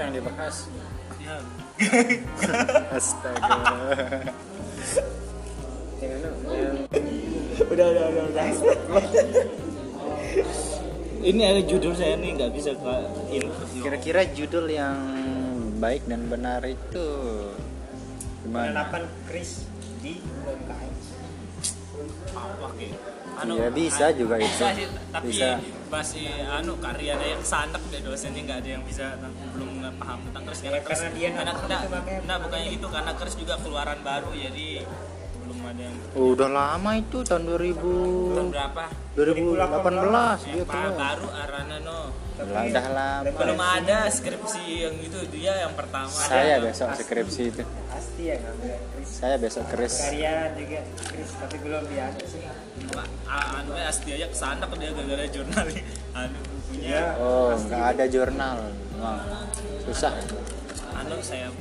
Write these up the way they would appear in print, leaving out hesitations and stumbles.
yang dibahas? Ya. Astaga. Udah. Ini ada judul saya nih, nggak bisa Kira-kira judul yang baik dan benar itu gimana? Penerapan Kris di UMKM. apa gitu. Iya bisa juga itu. Bisa sih, tapi Bisa. masih karyanya yang sanak deh, dosennya nggak ada yang bisa, belum paham tentang keris Ya, karena dia nah bukannya gitu, karena keris juga keluaran baru, jadi belum ada yang Udah lama itu tahun tahun berapa 2018 dia yang keluar. baru Arana no. Udah lama. Belum ada skripsi yang itu, dia yang pertama. Saya besok skripsi itu. Pasti ya ngambil Kris. Saya besok keris. Karya juga Kris, tapi belum diambil sih. Anu Asti aja kesana dia gara-gara jurnal punya. Ya, Oh, nggak ada jurnal. Wah, susah. saya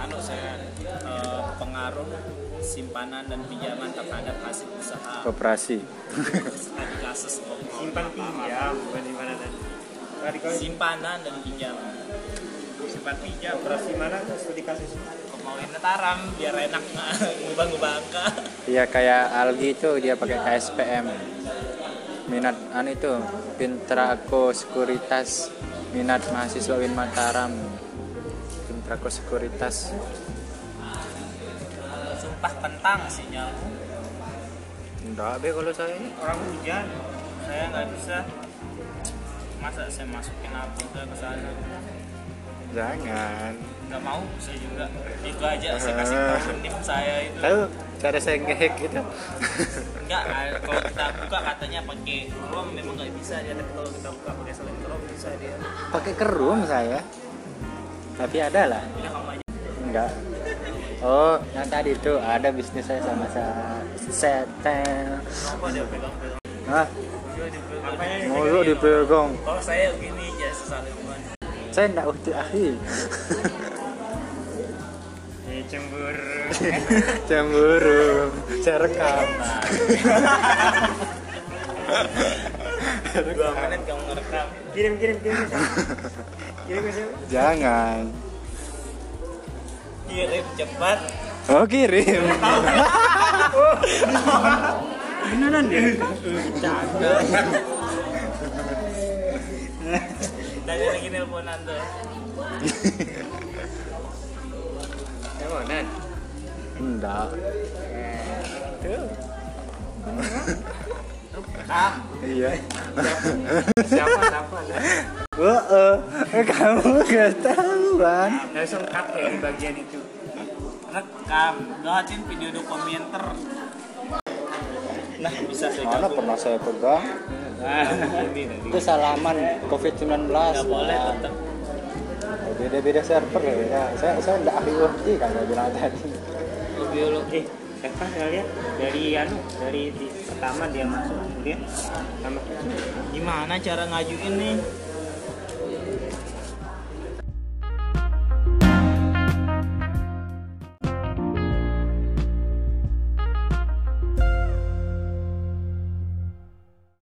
pengaruh simpanan dan pinjaman terhadap hasil usaha Koperasi. tadi kasus simpan pinjam bukan simpan tadi. Tadi kalau simpanan dan pinjaman, simpan pinjam operasi mana tuh studi kasus? mauin taram biar enak ngubah angka. Iya kayak Algi itu dia pakai KSPM. Minat itu Pintrako Sekuritas, minat mahasiswa Win Mataram. Pintrako Sekuritas. Sumpah kentang sinyal. Enggak be kalau saya. Orang hujan. Saya nggak bisa. Masa saya masukin apa ke sana? Jangan. Nggak mau saya juga. Itu aja saya kasih tahu tim saya itu. Tahu cara saya ngehack gitu. Enggak, kalau kita buka katanya pakai Chrome memang nggak bisa dia, tapi kalau kita buka pakai selain Chrome bisa dia. Pakai Chrome saya. Tapi ada lah. Udah kamu aja. Enggak. Oh, yang tadi itu ada bisnis saya sama Setel. Apa dia pegang? Hah? Dia dipegang. Apanya yang Mulu dipegang. Kalau saya gini aja sesaleman. Saya enggak utuh akhi. cemburu. Cemburu. Saya rekam. 2 menit kamu ngerekam. Kirim. Kirim ke siapa? Jangan. Kirim cepat. Oh, kirim. Beneran dia? Canda. Dan lagi nelponan tuh. Teleponan. Enggak. Tuh. Ah, Iya. Siapa? Kamu gak tahuan. Langsung cut ya di bagian itu. rekam. Lihatin video dokumenter. Nah, bisa saya Mana gabung. pernah saya pegang? Ini tadi. Itu salaman COVID-19. Nggak boleh tetap. Beda-beda server ya. Saya enggak ahli UFT kan saya bilang tadi. Biologi. Eva saya lihat dari pertama dia masuk kemudian sama Gimana cara ngajuin nih?